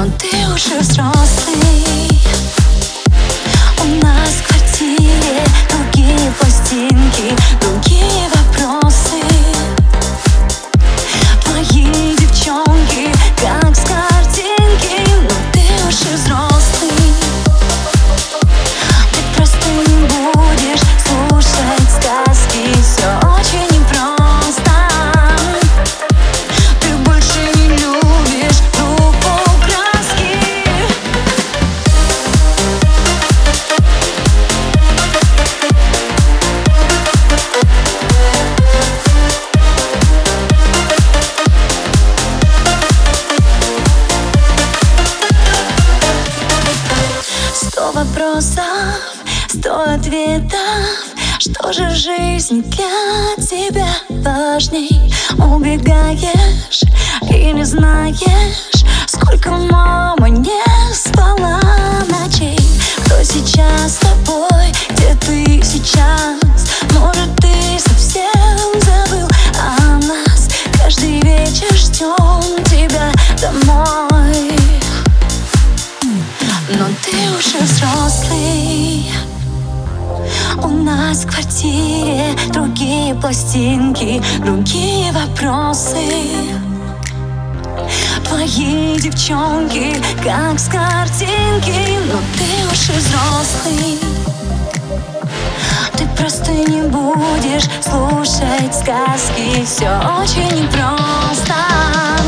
Но ты уже взрослый. У нас в квартире другие пластинки, другие вопросы. Твои девчонки как с картинки. Но ты уже взрослый. Ты просто не будешь слушать сказки. Все очень непросто. Ты больше не любишь группу краски. Сто вопросов, 100 ответов. Что же в жизни для тебя важней? Убегаешь и не знаешь, сколько мама не спала ночей. Кто сейчас с тобой? Где ты сейчас? Может, ты совсем забыл о нас? Каждый вечер ждем тебя домой. Но ты уже взрослый. У нас в квартире другие пластинки, другие вопросы. Твои девчонки как с картинки. Но ты уже взрослый. Ты просто не будешь слушать сказки. Все очень непросто.